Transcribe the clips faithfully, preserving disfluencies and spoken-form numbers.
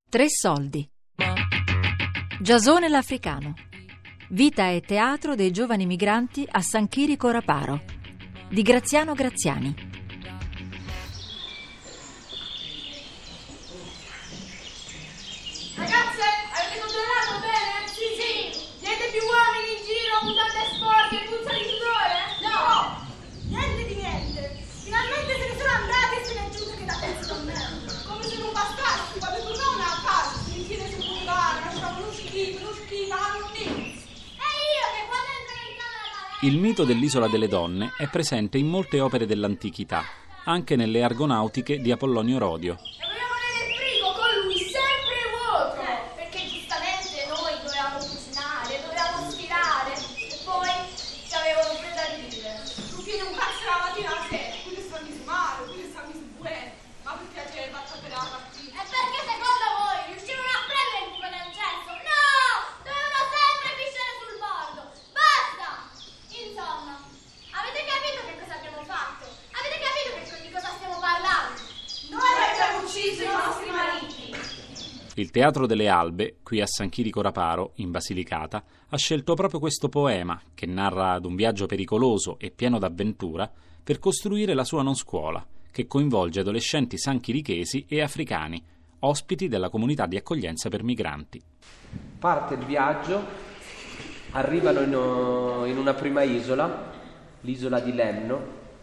Tre soldi. Giasone l'Africano. Vita e teatro dei giovani migranti a San Chirico Raparo di Graziano Graziani. Ragazze, avete controllato bene? Sì, sì. Niente più uomini in giro, mutande sporche e puzza di sudore? No! Niente di niente. Finalmente se ne sono andati e se ne è giunto che da pezzo con me. Come se non bastassi, quando tornavano a casa, si infine sul boulevard, lasciavano uno schifo, uno schifo, hanno un mix. E io che quando entro in camera... Il mito dell'Isola delle Donne è presente in molte opere dell'antichità, anche nelle Argonautiche di Apollonio Rodio. Il Teatro delle Albe, qui a San Chirico Raparo, in Basilicata, ha scelto proprio questo poema, che narra ad un viaggio pericoloso e pieno d'avventura, per costruire la sua non scuola, che coinvolge adolescenti sanchirichesi e africani, ospiti della comunità di accoglienza per migranti. Parte il viaggio, arrivano in, in una prima isola, l'isola di Lemno,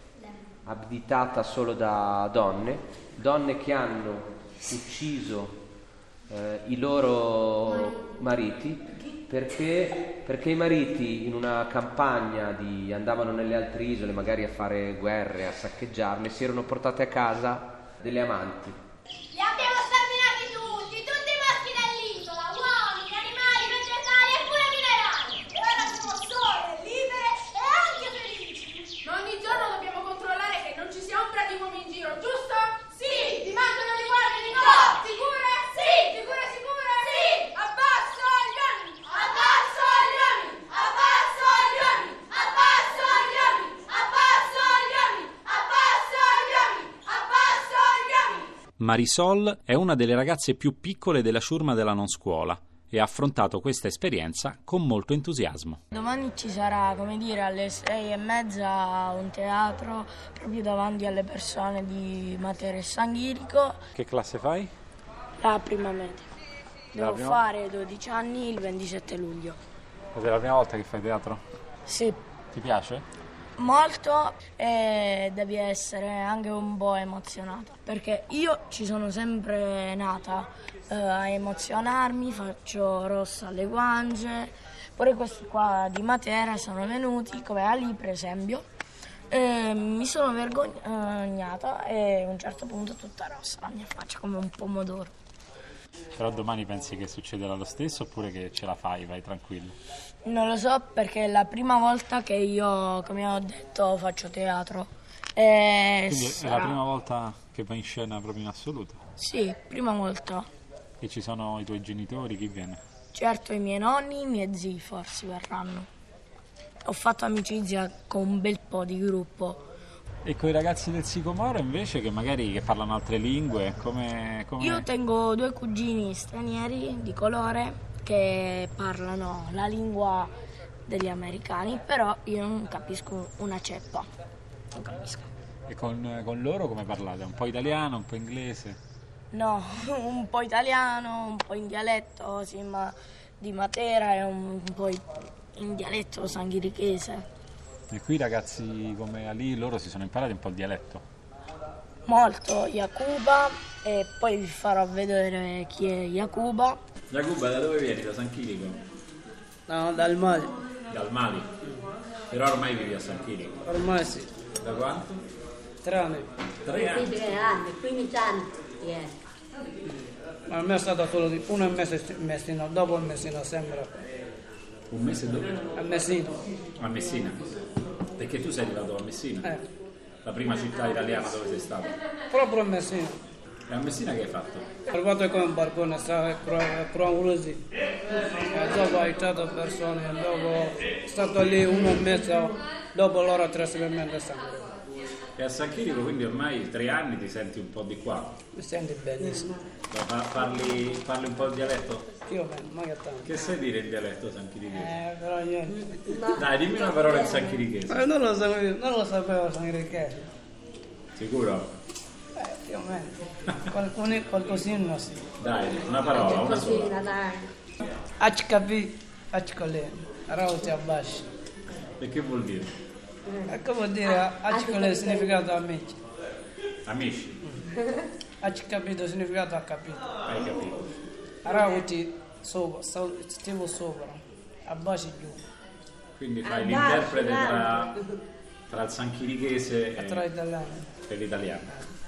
abitata solo da donne, donne che hanno ucciso Eh, i loro mariti perché, perché i mariti in una campagna di, andavano nelle altre isole magari a fare guerre, a saccheggiarle, si erano portate a casa delle amanti. Li abbiamo sterminati tutti, tutti i maschi dell'isola, uomini, animali, vegetali e pure minerali. E ora siamo sole, libere e anche felici. Ma ogni giorno dobbiamo controllare che non ci sia ombra di uomini in giro, giusto? Sì, ti mancano gli uomini, no? Sicure? Sì, sicure, sicure? Sì, abbasso gli uomini, abbasso gli uomini, abbasso gli uomini, abbasso gli uomini, abbasso gli uomini, abbasso gli uomini, abbasso gli uomini. Marisol è una delle ragazze più piccole della ciurma della non scuola e ha affrontato questa esperienza con molto entusiasmo. Domani ci sarà, come dire, alle sei e mezza un teatro proprio davanti alle persone di Matera e San Chirico. Che classe fai? La prima media. Devo prima... fare dodici anni il ventisette luglio. Ed è la prima volta che fai teatro? Sì. Ti piace? Molto, e devi essere anche un po' emozionata, perché io ci sono sempre nata eh, a emozionarmi, faccio rossa alle guance, pure questi qua di Matera sono venuti, come Ali per esempio, e mi sono vergognata e a un certo punto tutta rossa la mia faccia, come un pomodoro. Però domani pensi che succederà lo stesso oppure che ce la fai, vai tranquillo? Non lo so, perché è la prima volta che io, come ho detto, faccio teatro. E Quindi sarà... è la prima volta che vai in scena proprio in assoluto? Sì, prima volta. E ci sono i tuoi genitori, chi viene? Certo, i miei nonni, i miei zii forse verranno. Ho fatto amicizia con un bel po' di gruppo. E con i ragazzi del Sicomoro invece, che magari che parlano altre lingue, come... come... Io tengo due cugini stranieri di colore che parlano la lingua degli americani, però io non capisco una ceppa, non capisco. E con, con loro come parlate? Un po' italiano, un po' inglese? No, un po' italiano, un po' in dialetto, sì, ma di Matera e un po' in dialetto sanghirichese. E qui i ragazzi come Ali, loro si sono imparati un po' il dialetto? Molto, Yacuba, e poi vi farò vedere chi è Yacuba. Yacuba, da dove vieni? Da San Chirico? No, dal Mali. Dal Mali? Però ormai vivi a San Chirico? Ormai sì. Da quanto? Tre anni. Tre anni? Tre anni, quindici anni. Yeah. Ma a me è stato solo di uno mese a Messina, dopo il Messina sempre. Un mese dove? A Messina. A Messina? Perché tu sei arrivato a Messina? Eh. La prima città italiana dove sei stato? Proprio a Messina. E a Messina che hai fatto? Ho arrivato con un barcone, stavo così. E dopo ho aiutato persone, dopo sono stato lì un mese, dopo loro trasferimento sempre. E a San Chirico quindi ormai tre anni ti senti un po' di qua. Mi senti benissimo. Pa- Parli, parli un po' il dialetto? Io ma che tanto. Che sai dire il dialetto sanchirichese? Eh, però niente. Dai, dimmi una parola in sanchirichese. Ma non lo sapevo, non lo sapevo sanchirichese. Sicuro? Eh, più o meno. Qualcun, qualcosina sì. Dai, una parola, una sola. dai. Accapi, accole, rauti abbashi. E che vuol dire? E che vuol dire accole significato amici? Amici, Ha capito significato ha capito. hai capito. Rauti sopra, stiamo sopra, abbashi giù. Quindi fai l'interprete tra, tra il sanchirichese e, Tra italiani. e l'italiano.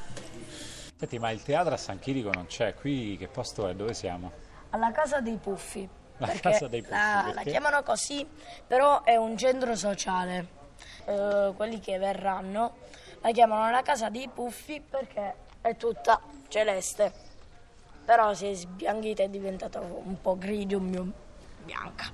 Senti, ma il teatro a San Chirico non c'è, qui che posto è? Dove siamo? Alla Casa dei Puffi. La perché Casa dei Puffi, la, la perché? chiamano così, però è un centro sociale. Eh, quelli che verranno la chiamano la Casa dei Puffi perché è tutta celeste. Però si è sbianchita e è diventata un po' grigia, un po' bianca.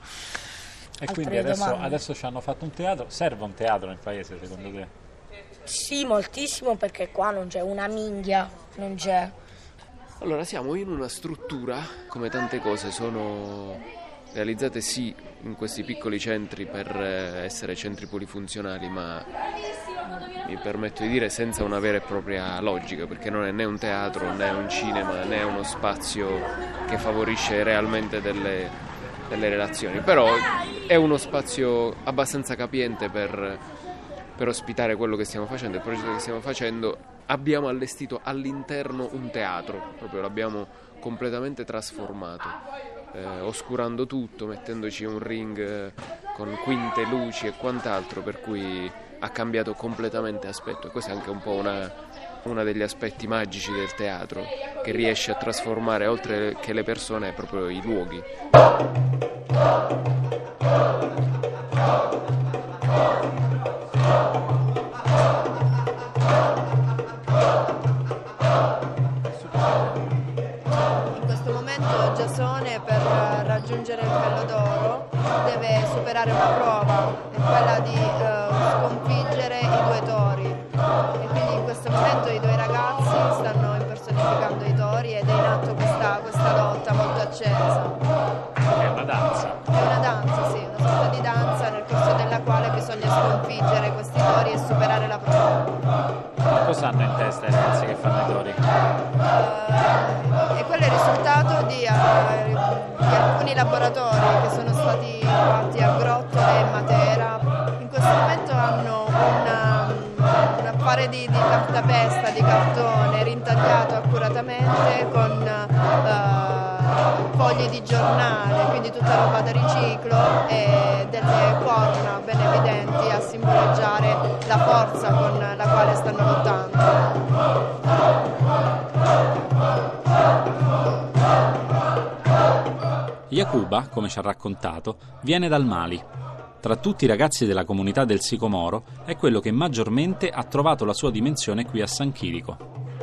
E Altre quindi adesso, domande? adesso ci hanno fatto un teatro. Serve un teatro nel paese secondo te? Sì, moltissimo, perché qua non c'è una minchia, non c'è. Allora, siamo in una struttura, come tante cose sono realizzate sì in questi piccoli centri per essere centri polifunzionali, ma mi permetto di dire senza una vera e propria logica, perché non è né un teatro, né un cinema, né uno spazio che favorisce realmente delle, delle relazioni, però è uno spazio abbastanza capiente per, per ospitare quello che stiamo facendo, il progetto che stiamo facendo. Abbiamo allestito all'interno un teatro, proprio l'abbiamo completamente trasformato, eh, oscurando tutto, mettendoci un ring eh, con quinte, luci e quant'altro, per cui ha cambiato completamente aspetto, e questo è anche un po' una, uno degli aspetti magici del teatro, che riesce a trasformare oltre che le persone proprio i luoghi. In questo momento Giasone, per raggiungere il Bello d'Oro, deve superare una prova, è quella di eh, sconfiggere i due tori, e quindi in questo momento i due ragazzi stanno impersonificando i tori ed è in atto questa, questa lotta molto accesa. È una danza. È una danza, sì, una sorta di danza nel corso della quale bisogna sconfiggere questi tori e superare la prova. Cosa hanno in testa i ragazzi che fanno i tori? Uh, e quello è il risultato di, uh, di alcuni laboratori che sono stati fatti a Grottole e Matera. In questo momento hanno una, un affare di, di cartapesta, di cartone rintagliato accuratamente con uh, fogli di giornale, quindi tutta roba da riciclo, e delle corna ben evidenti a simboleggiare la forza con la quale stanno lottando. Yacuba, come ci ha raccontato, viene dal Mali. Tra tutti i ragazzi della comunità del Sicomoro è quello che maggiormente ha trovato la sua dimensione qui a San Chirico.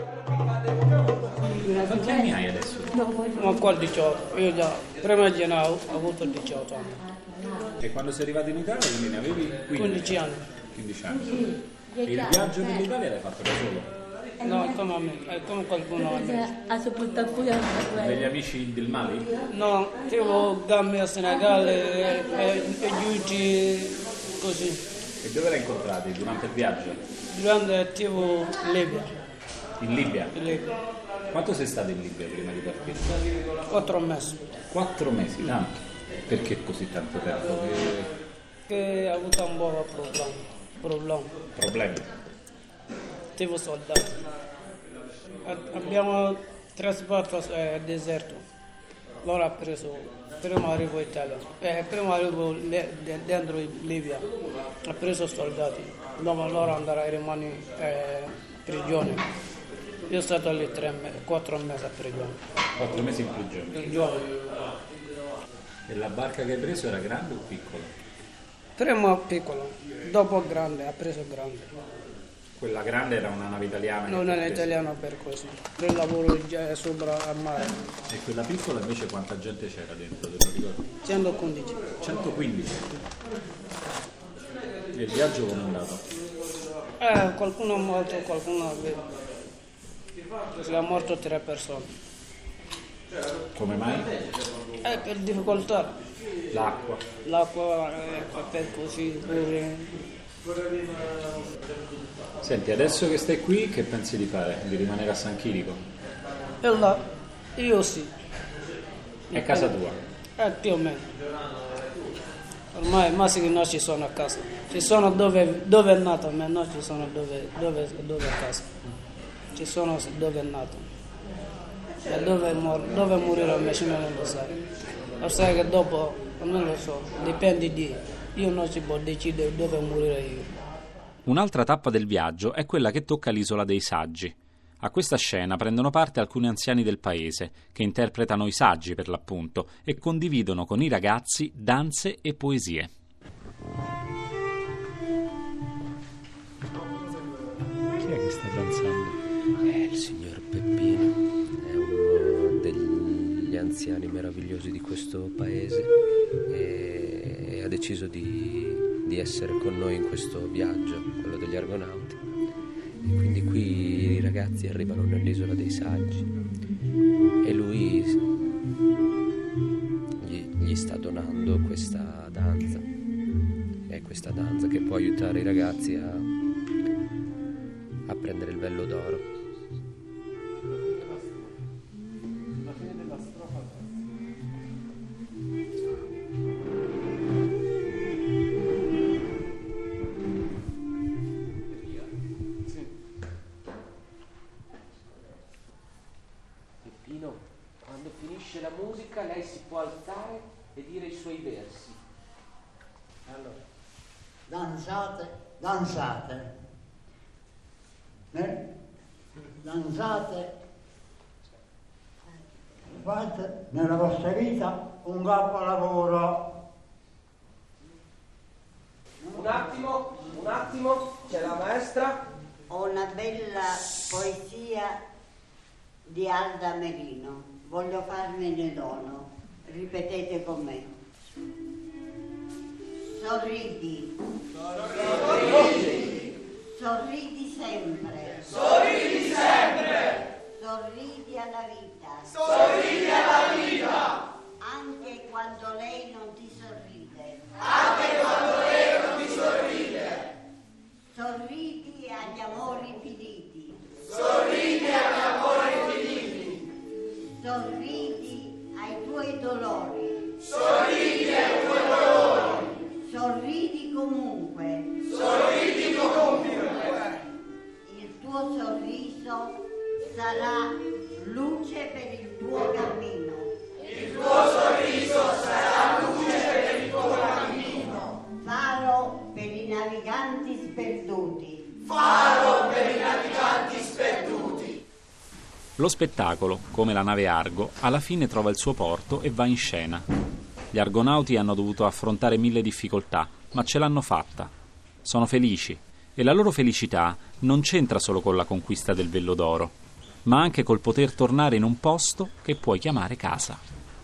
Quanti anni hai adesso? Ma qua diciotto, io già prima di gennaio ho avuto diciotto anni. E quando sei arrivato in Italia quindi ne avevi quindici anni. quindici anni. E il viaggio per l'Italia l'hai fatto da solo? No, è come a me, è come qualcuno a me. Ha sopportato pure Degli amici del Mali? No, tipo Gambia, Senegal e, e, e Giugi, così. E dove l'hai incontrati durante il viaggio? Durante tipo Libia. In Libia? In Libia. Quanto sei stato in Libia prima di partire? Quattro mesi. Quattro mesi, tanto. Perché così tanto tempo? Che... Che ha avuto un po' di problemi. Problemi. Problemi? Tipo soldati. Abbiamo trasportato al deserto. Loro ha preso, prima arrivo in Italia, eh, prima arrivo le, de, dentro in Libia, ha preso soldati, dopo loro andare a rimanere eh, prigione. Io sono stato lì tre mesi, quattro mesi a prigione. Quattro mesi in prigione? Prigione. E la barca che hai preso era grande o piccola? Prima piccolo, dopo grande, ha preso grande. Quella grande era una nave italiana? Non è italiana per così, per lavoro già sopra al mare. E quella piccola invece quanta gente c'era dentro, te lo ricordi? centoquindici. centoquindici. E il viaggio come è andato? Eh, qualcuno è morto, qualcuno è vivo. Sono morto tre persone. Come mai? Eh, per difficoltà. L'acqua. L'acqua eh, per così. Per... Senti, adesso che stai qui, che pensi di fare? Di rimanere a San Chirico? E là, io sì. È casa tua? Eh, più o meno. Ormai Massi che non ci sono a casa. Ci sono dove, dove è nato, ma non ci sono dove, dove, dove è casa. Ci sono dove è nato. E dove, mor- dove morirà invece non lo sai. Lo sai che dopo, non lo so, dipende di... Io non si può decidere dove morire io. Un'altra tappa del viaggio è quella che tocca l'isola dei saggi. A questa scena prendono parte alcuni anziani del paese, che interpretano i saggi per l'appunto e condividono con i ragazzi danze e poesie. Chi è che sta danzando? È il signor Peppino, è uno degli anziani meravigliosi di questo paese e ha deciso di, di essere con noi in questo viaggio, quello degli Argonauti. E quindi qui i ragazzi arrivano nell'isola dei saggi e lui gli, gli sta donando questa danza. È questa danza che può aiutare i ragazzi a, a prendere il vello d'oro. Quando finisce la musica lei si può alzare e dire i suoi versi. Allora, danzate, danzate, eh? danzate, fate nella vostra vita un capolavoro. Un attimo, un attimo, c'è la maestra. Ho una bella poesia di Alda Merino. Voglio farmene dono. Ripetete con me. Sorridi. Sorridi. Sorridi sempre. Sorridi sempre. Sorridi alla vita. Sorridi alla vita. Anche quando lei non ti sorride. Anche quando lei non ti sorride. Sorridi agli amori finiti. Sorridi agli amori finiti. Sorridi ai tuoi dolori. Sorridi ai tuoi dolori. Sorridi comunque. Sorridi comunque. Il tuo sorriso sarà luce per il tuo cammino. Il tuo sorriso sarà luce per il tuo cammino. Faro per i naviganti sperduti. Faro per i naviganti sperduti. Lo spettacolo, come la nave Argo, alla fine trova il suo porto e va in scena. Gli argonauti hanno dovuto affrontare mille difficoltà, ma ce l'hanno fatta. Sono felici e la loro felicità non c'entra solo con la conquista del vello d'oro, ma anche col poter tornare in un posto che puoi chiamare casa.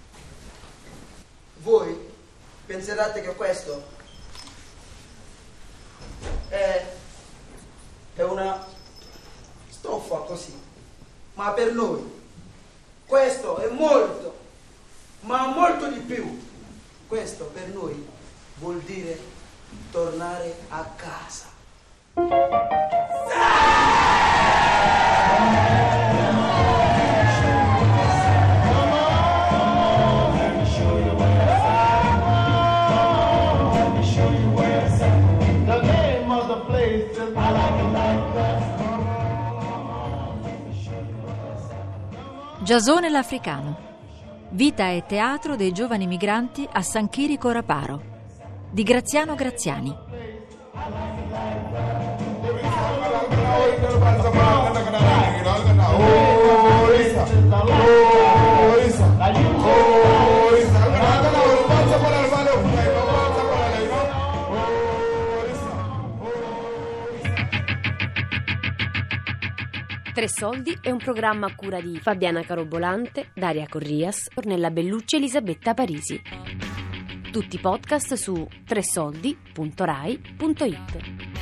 Voi penserete che questo è, è una stoffa così. Ma per noi questo è molto, ma molto di più. Questo per noi vuol dire tornare a casa. Giasone l'Africano. Vita e teatro dei giovani migranti a San Chirico Raparo di Graziano Graziani. Tre Soldi è un programma a cura di Fabiana Carobolante, Daria Corrias, Ornella Bellucci e Elisabetta Parisi. Tutti i podcast su tre soldi punto rai punto it.